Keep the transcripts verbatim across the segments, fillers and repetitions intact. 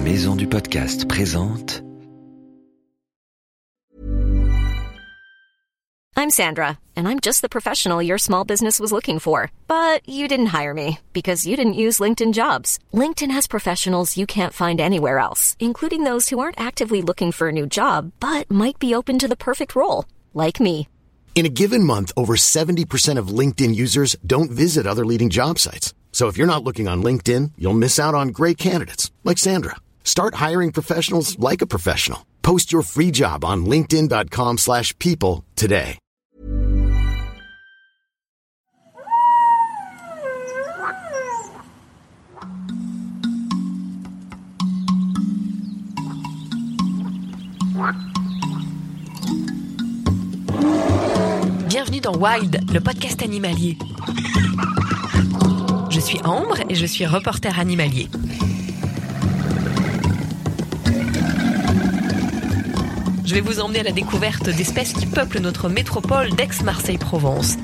Maison du Podcast présente. I'm Sandra, and I'm just the professional your small business was looking for. But you didn't hire me because you didn't use LinkedIn Jobs. LinkedIn has professionals you can't find anywhere else, including those who aren't actively looking for a new job, but might be open to the perfect role, like me. In a given month, over seventy percent of LinkedIn users don't visit other leading job sites. So if you're not looking on LinkedIn, you'll miss out on great candidates like Sandra. Start hiring professionals like a professional. Post your free job on linkedin.com slash people today. Bienvenue dans Wild, le podcast animalier. Je suis Ambre et je suis reporter animalier. Je vais vous emmener à la découverte d'espèces qui peuplent notre métropole d'Aix-Marseille-Provence.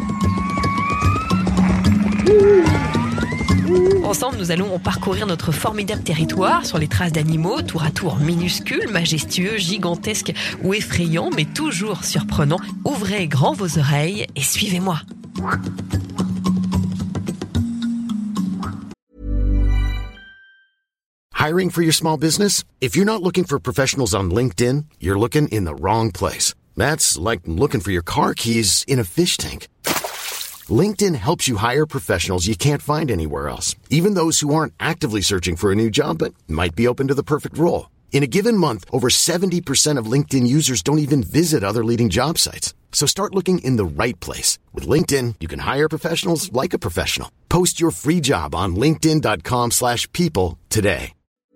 Ensemble, nous allons parcourir notre formidable territoire sur les traces d'animaux, tour à tour minuscules, majestueux, gigantesques ou effrayants, mais toujours surprenants. Ouvrez grand vos oreilles et suivez-moi. Hiring for your small business? If you're not looking for professionals on LinkedIn, you're looking in the wrong place. That's like looking for your car keys in a fish tank. LinkedIn helps you hire professionals you can't find anywhere else, even those who aren't actively searching for a new job but might be open to the perfect role. In a given month, over seventy percent of LinkedIn users don't even visit other leading job sites. So start looking in the right place. With LinkedIn, you can hire professionals like a professional. Post your free job on linkedin.com slash people today.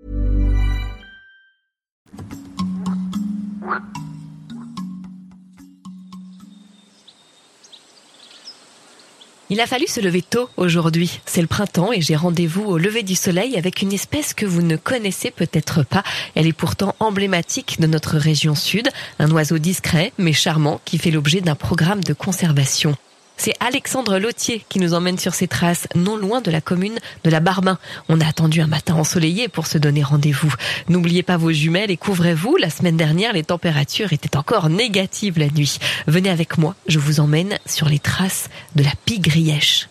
Il a fallu se lever tôt aujourd'hui. C'est le printemps et j'ai rendez-vous au lever du soleil avec une espèce que vous ne connaissez peut-être pas. Elle est pourtant emblématique de notre région sud. Un oiseau discret mais charmant qui fait l'objet d'un programme de conservation. C'est Alexandre Lautier qui nous emmène sur ses traces, non loin de la commune de la Barbin. On a attendu un matin ensoleillé pour se donner rendez-vous. N'oubliez pas vos jumelles et couvrez-vous. La semaine dernière, les températures étaient encore négatives la nuit. Venez avec moi, je vous emmène sur les traces de la pie-grièche.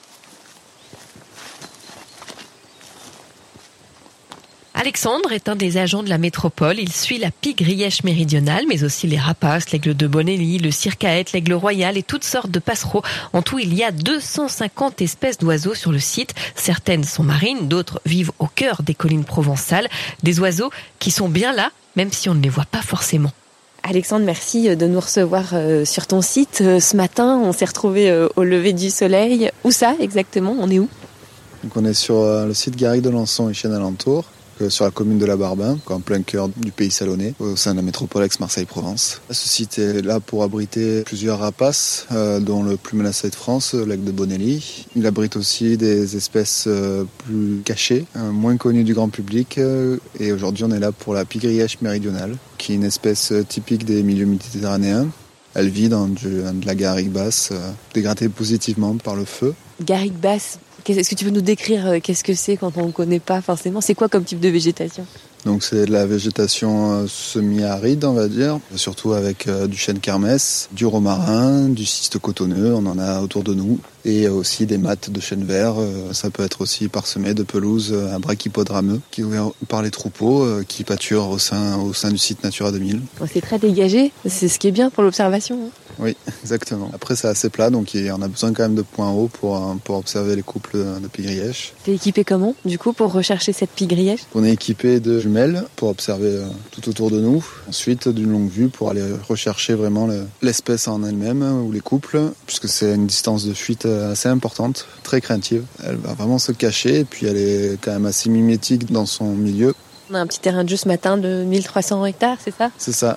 Alexandre est un des agents de la métropole. Il suit la pie-grièche méridionale, mais aussi les rapaces, l'aigle de Bonelli, le circaète, l'aigle royal et toutes sortes de passereaux. En tout, il y a deux cent cinquante espèces d'oiseaux sur le site. Certaines sont marines, d'autres vivent au cœur des collines provençales. Des oiseaux qui sont bien là, même si on ne les voit pas forcément. Alexandre, merci de nous recevoir sur ton site. Ce matin, on s'est retrouvés au lever du soleil. Où ça exactement ? On est où ? Donc on est sur le site Garrigue de Lançon et chaîne alentour, sur la commune de la Barbin, en plein cœur du pays salonnais, au sein de la métropole Aix-Marseille-Provence. Ce site est là pour abriter plusieurs rapaces, euh, dont le plus menacé de France, l'aigle de Bonelli. Il abrite aussi des espèces euh, plus cachées, euh, moins connues du grand public. Euh, et aujourd'hui, on est là pour la pie-grièche méridionale, qui est une espèce typique des milieux méditerranéens. Elle vit dans du, de la garrigue basse, euh, dégradée positivement par le feu. Garrigue basse. Est-ce que tu peux nous décrire qu'est-ce que c'est quand on ne connaît pas forcément ? C'est quoi comme type de végétation ? Donc c'est de la végétation semi-aride, on va dire, surtout avec euh, du chêne kermès, du romarin, du cyste cotonneux, on en a autour de nous, et aussi des mattes de chêne vert. Euh, ça peut être aussi parsemé de pelouse à brachypodrameux, qui est ouvert par les troupeaux euh, qui pâturent au sein, au sein du site Natura deux mille. C'est très dégagé, c'est ce qui est bien pour l'observation. Hein. Oui, exactement. Après c'est assez plat, donc on a besoin quand même de points hauts pour, pour observer les couples de pie-grièche. T'es équipé comment, du coup, pour rechercher cette pie-grièche ? On est équipé de jumelles pour observer tout autour de nous. Ensuite, d'une longue vue pour aller rechercher vraiment le, l'espèce en elle-même ou les couples, puisque c'est une distance de fuite assez importante, très craintive. Elle va vraiment se cacher et puis elle est quand même assez mimétique dans son milieu. On a un petit terrain de jeu ce matin de mille trois cents hectares, c'est ça ? C'est ça.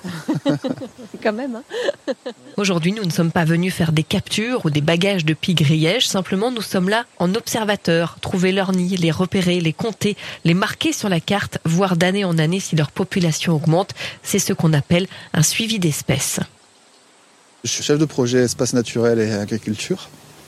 Quand même, hein. Aujourd'hui, nous ne sommes pas venus faire des captures ou des bagages de pie-grièche. Simplement, nous sommes là en observateurs. Trouver leur nid, les repérer, les compter, les marquer sur la carte, voir d'année en année si leur population augmente. C'est ce qu'on appelle un suivi d'espèces. Je suis chef de projet espace naturel et agriculture.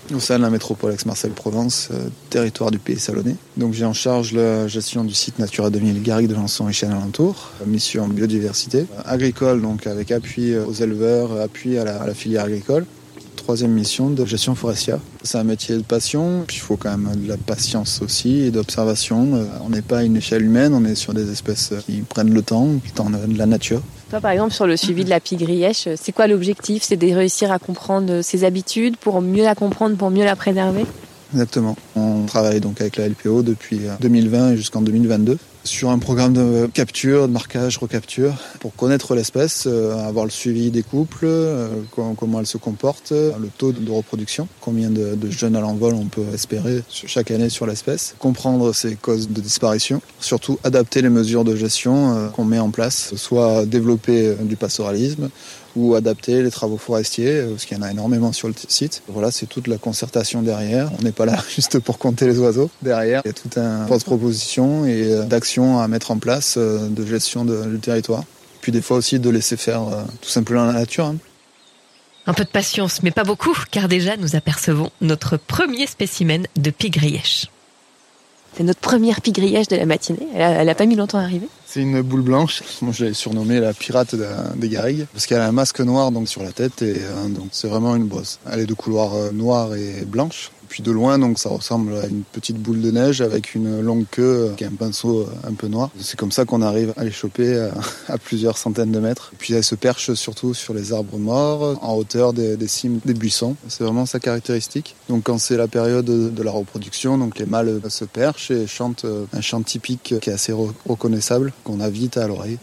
au sein de la métropole Aix-Marseille-Provence, euh, territoire du Pays Salonnais. Donc j'ai en charge la gestion du site Natura deux mille Garrigues de Lançon et chaînes alentours, mission biodiversité, euh, agricole donc avec appui aux éleveurs, appui à la, à la filière agricole. Troisième mission de gestion forestière. C'est un métier de passion, puis il faut quand même de la patience aussi et d'observation. On n'est pas à une échelle humaine, on est sur des espèces qui prennent le temps, qui tendent de la nature. Toi, par exemple, sur le suivi de la pie grièche, c'est quoi l'objectif ? C'est de réussir à comprendre ses habitudes pour mieux la comprendre, pour mieux la préserver ? Exactement. On travaille donc avec la L P O depuis deux mille vingt jusqu'en deux mille vingt-deux sur un programme de capture, de marquage, recapture pour connaître l'espèce, euh, avoir le suivi des couples, euh, comment elle se comporte, le taux de reproduction, combien de, de jeunes à l'envol on peut espérer chaque année sur l'espèce, comprendre ses causes de disparition, surtout adapter les mesures de gestion euh, qu'on met en place, soit développer du pastoralisme, ou adapter les travaux forestiers, parce qu'il y en a énormément sur le site. Voilà, c'est toute la concertation derrière. On n'est pas là juste pour compter les oiseaux. Derrière, il y a tout un force de proposition et d'actions à mettre en place de gestion de, du territoire. Puis des fois aussi de laisser faire tout simplement la nature. Hein. Un peu de patience, mais pas beaucoup, car déjà nous apercevons notre premier spécimen de pie grièche. C'est notre première pie grièche de la matinée. Elle n'a pas mis longtemps à arriver. C'est une boule blanche. Moi, je l'ai surnommée la pirate des Garrigues parce qu'elle a un masque noir donc sur la tête et euh, donc c'est vraiment une brosse. Elle est de couleur euh, noire et blanche. Puis de loin, donc ça ressemble à une petite boule de neige avec une longue queue qui a un pinceau un peu noir. C'est comme ça qu'on arrive à les choper à, à plusieurs centaines de mètres. Et puis elle se perche surtout sur les arbres morts, en hauteur des, des cimes des buissons. C'est vraiment sa caractéristique. Donc quand c'est la période de la reproduction, donc les mâles se perchent et chantent un chant typique qui est assez reconnaissable, qu'on a vite à l'oreille.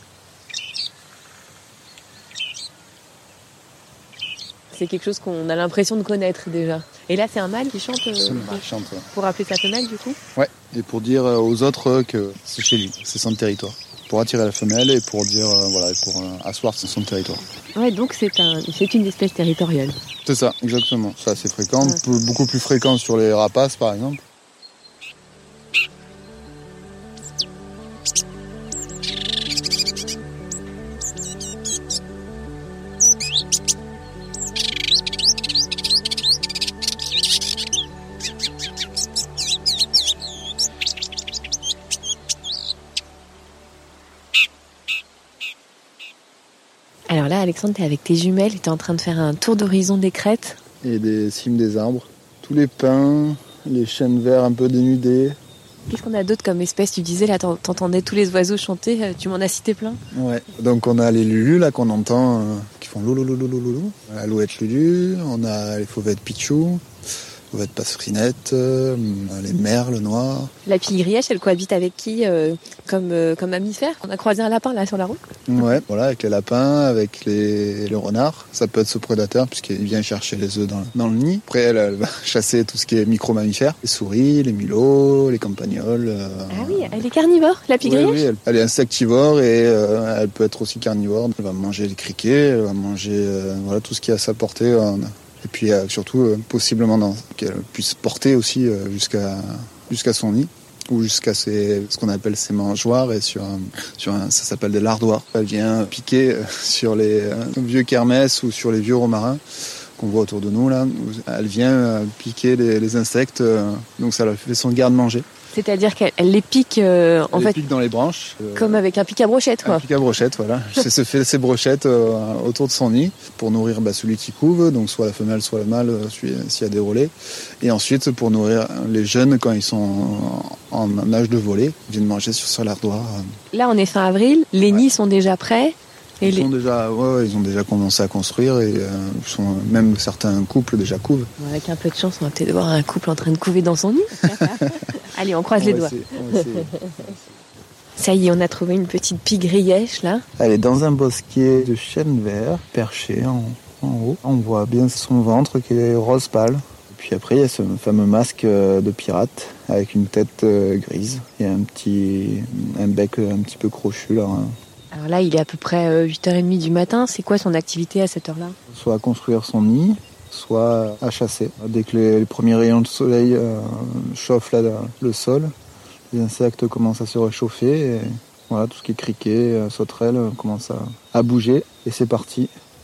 C'est quelque chose qu'on a l'impression de connaître déjà. Et là, c'est un mâle qui chante, euh, qui chante ouais. Pour appeler sa femelle, du coup ? Ouais, et pour dire aux autres que c'est chez lui, c'est son territoire. Pour attirer la femelle et pour dire, euh, voilà, pour euh, asseoir son territoire. Ouais, donc c'est, un, c'est une espèce territoriale. C'est ça, exactement. C'est assez fréquent, ouais. Beaucoup plus fréquent sur les rapaces, par exemple. Alors là, Alexandre, t'es avec tes jumelles et t'es en train de faire un tour d'horizon des crêtes. Et des cimes des arbres. Tous les pins, les chênes verts un peu dénudés. Qu'est-ce qu'on a d'autre comme espèce ? Tu disais, là, t'entendais tous les oiseaux chanter, tu m'en as cité plein ? Ouais, donc on a les lulus, là, qu'on entend, euh, qui font loulouloulouloulou. L'alouette lulu, on a les fauvettes pichou, fauvettes passerinettes, euh, les merles noirs. La pie grièche, elle cohabite avec qui euh, comme, euh, comme mammifère ? On a croisé un lapin, là, sur la route ? Ouais, voilà, avec les lapins, avec les, les renards. Ça peut être ce prédateur, puisqu'il vient chercher les œufs dans, dans le nid. Après, elle, elle va chasser tout ce qui est micro-mammifères. Les souris, les mulots, les campagnols. Euh... Ah oui, elle est carnivore, la pie grièche ? Oui, oui, elle, elle est insectivore et euh, elle peut être aussi carnivore. Elle va manger les criquets, elle va manger euh, voilà, tout ce qui est à sa portée. Euh, et puis euh, surtout, euh, possiblement dans, qu'elle puisse porter aussi euh, jusqu'à, jusqu'à son nid. Ou jusqu'à ses, ce qu'on appelle ses mangeoires et sur un, sur un, ça s'appelle des lardoirs. Elle vient piquer sur les euh, vieux kermesses ou sur les vieux romarins qu'on voit autour de nous là. Elle vient euh, piquer les, les insectes, euh, donc ça leur fait son garde-manger. C'est-à-dire qu'elle elle les pique euh, en elle fait. Les pique dans les branches. Euh, comme avec un pic à brochette quoi. Un pic à brochette, voilà. Elle se fait ses brochettes euh, autour de son nid pour nourrir bah, celui qui couve, donc soit la femelle, soit le mâle, s'il y a des relais. Et ensuite pour nourrir les jeunes quand ils sont en, en âge de voler, ils viennent manger sur ce lardoir. Là on est fin avril, les ouais. nids sont déjà prêts. Et ils, les... sont déjà, ouais, ouais, ils ont déjà commencé à construire et euh, sont, même certains couples déjà couvent. Bon, avec un peu de chance, on va peut-être voir un couple en train de couver dans son nid. Allez, on croise on les doigts. Essayer, on va essayer. Ça y est, on a trouvé une petite pie grièche là. Elle est dans un bosquet de chênes verts, perché en, en haut. On voit bien son ventre qui est rose pâle. Et puis après, il y a ce fameux masque de pirate avec une tête grise et un petit un bec un petit peu crochu là. Alors là, il est à peu près huit heures trente du matin. C'est quoi son activité à cette heure-là ? Soit à construire son nid, soit à chasser. Dès que les, les premiers rayons de soleil euh, chauffent là, le sol, les insectes commencent à se réchauffer. Et voilà, tout ce qui est criquet, euh, sauterelles, euh, commence à, à bouger. Et c'est parti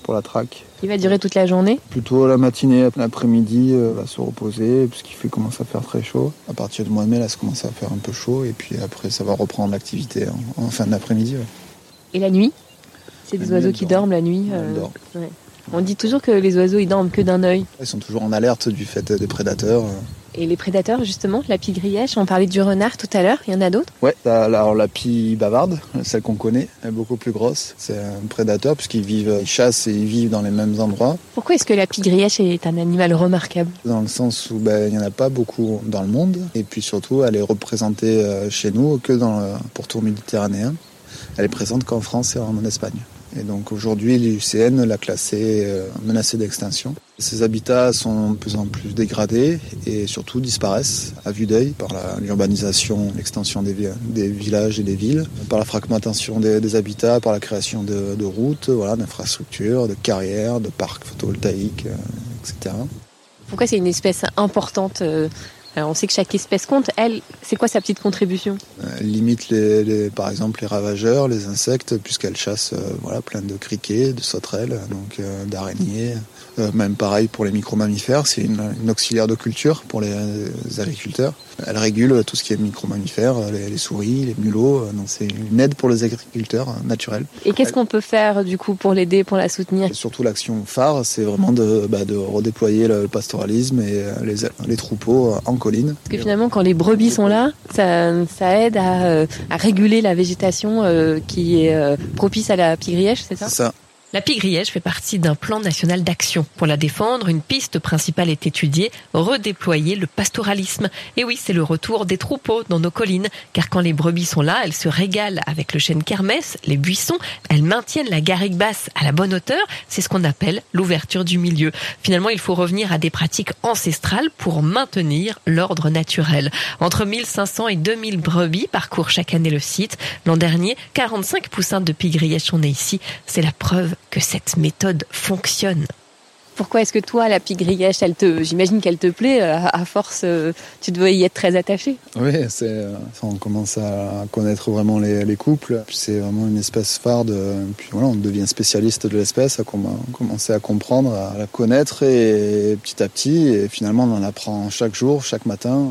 pour la traque. Il va durer toute la journée ? Plutôt la matinée, l'après-midi, euh, va se reposer, puisqu'il fait commence à faire très chaud. À partir du mois de mai, là, ça commence à faire un peu chaud, et puis après, ça va reprendre l'activité en, en fin d'après-midi. Ouais. Et la nuit ? C'est des la oiseaux nuit, qui dorment la nuit euh... dort. Ouais. On dit toujours que les oiseaux, ils dorment que d'un œil. Ils sont toujours en alerte du fait des prédateurs. Et les prédateurs, justement, la pie grièche, on parlait du renard tout à l'heure, il y en a d'autres ? Ouais, alors la pie bavarde, celle qu'on connaît, elle est beaucoup plus grosse. C'est un prédateur puisqu'ils vivent, ils chassent et ils vivent dans les mêmes endroits. Pourquoi est-ce que la pie grièche est un animal remarquable ? Dans le sens où ben, il n'y en a pas beaucoup dans le monde. Et puis surtout, elle est représentée chez nous que dans le pourtour méditerranéen. Elle est présente qu'en France et en Espagne. Et donc aujourd'hui, l'I U C N l'a classée euh, menacée d'extinction. Ces habitats sont de plus en plus dégradés et surtout disparaissent à vue d'œil par la, l'urbanisation, l'extension des, des villages et des villes, par la fragmentation des, des habitats, par la création de, de routes, voilà, d'infrastructures, de carrières, de parcs photovoltaïques, euh, et cetera. Pourquoi c'est une espèce importante euh... Alors on sait que chaque espèce compte. Elle, c'est quoi sa petite contribution ? Elle limite, les, les, par exemple, les ravageurs, les insectes, puisqu'elle chasse euh, voilà, plein de criquets, de sauterelles, donc euh, d'araignées. Euh, même pareil pour les micro-mammifères, c'est une, une auxiliaire de culture pour les, les agriculteurs. Elle régule tout ce qui est micro-mammifères, les, les souris, les mulots. Donc c'est une aide pour les agriculteurs naturels. Et qu'est-ce qu'on peut faire du coup pour l'aider, pour la soutenir ? Et surtout l'action phare, c'est vraiment de, bah, de redéployer le pastoralisme et les, les troupeaux en colline. Parce que finalement, quand les brebis sont là, ça, ça aide à, à réguler la végétation euh, qui est euh, propice à la pie grièche, c'est ça ? C'est ça. La pie grièche fait partie d'un plan national d'action. Pour la défendre, une piste principale est étudiée, redéployer le pastoralisme. Et oui, c'est le retour des troupeaux dans nos collines, car quand les brebis sont là, elles se régalent avec le chêne kermès, les buissons, elles maintiennent la garrigue basse à la bonne hauteur, c'est ce qu'on appelle l'ouverture du milieu. Finalement, il faut revenir à des pratiques ancestrales pour maintenir l'ordre naturel. Entre mille cinq cents et deux mille brebis parcourent chaque année le site. L'an dernier, quarante-cinq poussins de pie grièche sont nés ici. C'est la preuve que cette méthode fonctionne. Pourquoi est-ce que toi, la pie grièche, elle te, j'imagine qu'elle te plaît, à force, tu dois y être très attaché. Oui, c'est, on commence à connaître vraiment les, les couples. C'est vraiment une espèce phare. De, puis voilà, on devient spécialiste de l'espèce, on commence à comprendre, à la connaître et petit à petit, et finalement on en apprend chaque jour, chaque matin.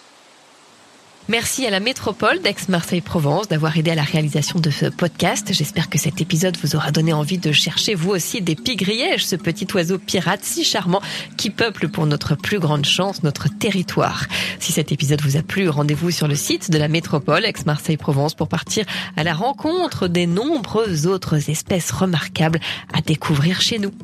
Merci à la métropole d'Aix-Marseille-Provence d'avoir aidé à la réalisation de ce podcast. J'espère que cet épisode vous aura donné envie de chercher vous aussi des pie grièches, ce petit oiseau pirate si charmant qui peuple pour notre plus grande chance notre territoire. Si cet épisode vous a plu, rendez-vous sur le site de la métropole Aix-Marseille-Provence pour partir à la rencontre des nombreuses autres espèces remarquables à découvrir chez nous.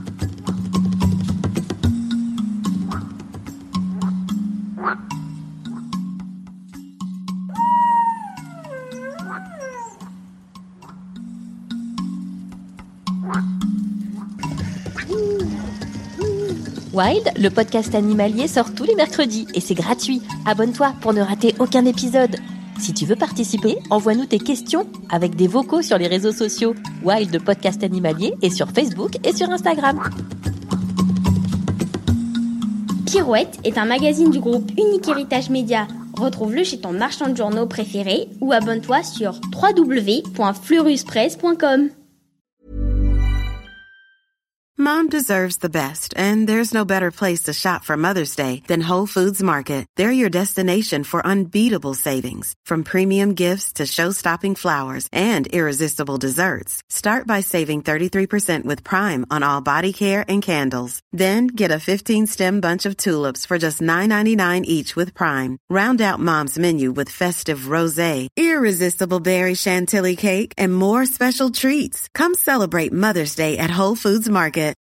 Wild, le podcast animalier, sort tous les mercredis et c'est gratuit. Abonne-toi pour ne rater aucun épisode. Si tu veux participer, envoie-nous tes questions avec des vocaux sur les réseaux sociaux Wild, le podcast animalier, et sur Facebook et sur Instagram. Pirouette est un magazine du groupe Unique Héritage Média. Retrouve-le chez ton marchand de journaux préféré ou abonne-toi sur w w w point fleuruspresse point com. Mom deserves the best, and there's no better place to shop for Mother's Day than Whole Foods Market. They're your destination for unbeatable savings, from premium gifts to show-stopping flowers and irresistible desserts. Start by saving thirty-three percent with Prime on all body care and candles. Then get a fifteen-stem bunch of tulips for just nine ninety-nine each with Prime. Round out Mom's menu with festive rosé, irresistible berry chantilly cake, and more special treats. Come celebrate Mother's Day at Whole Foods Market.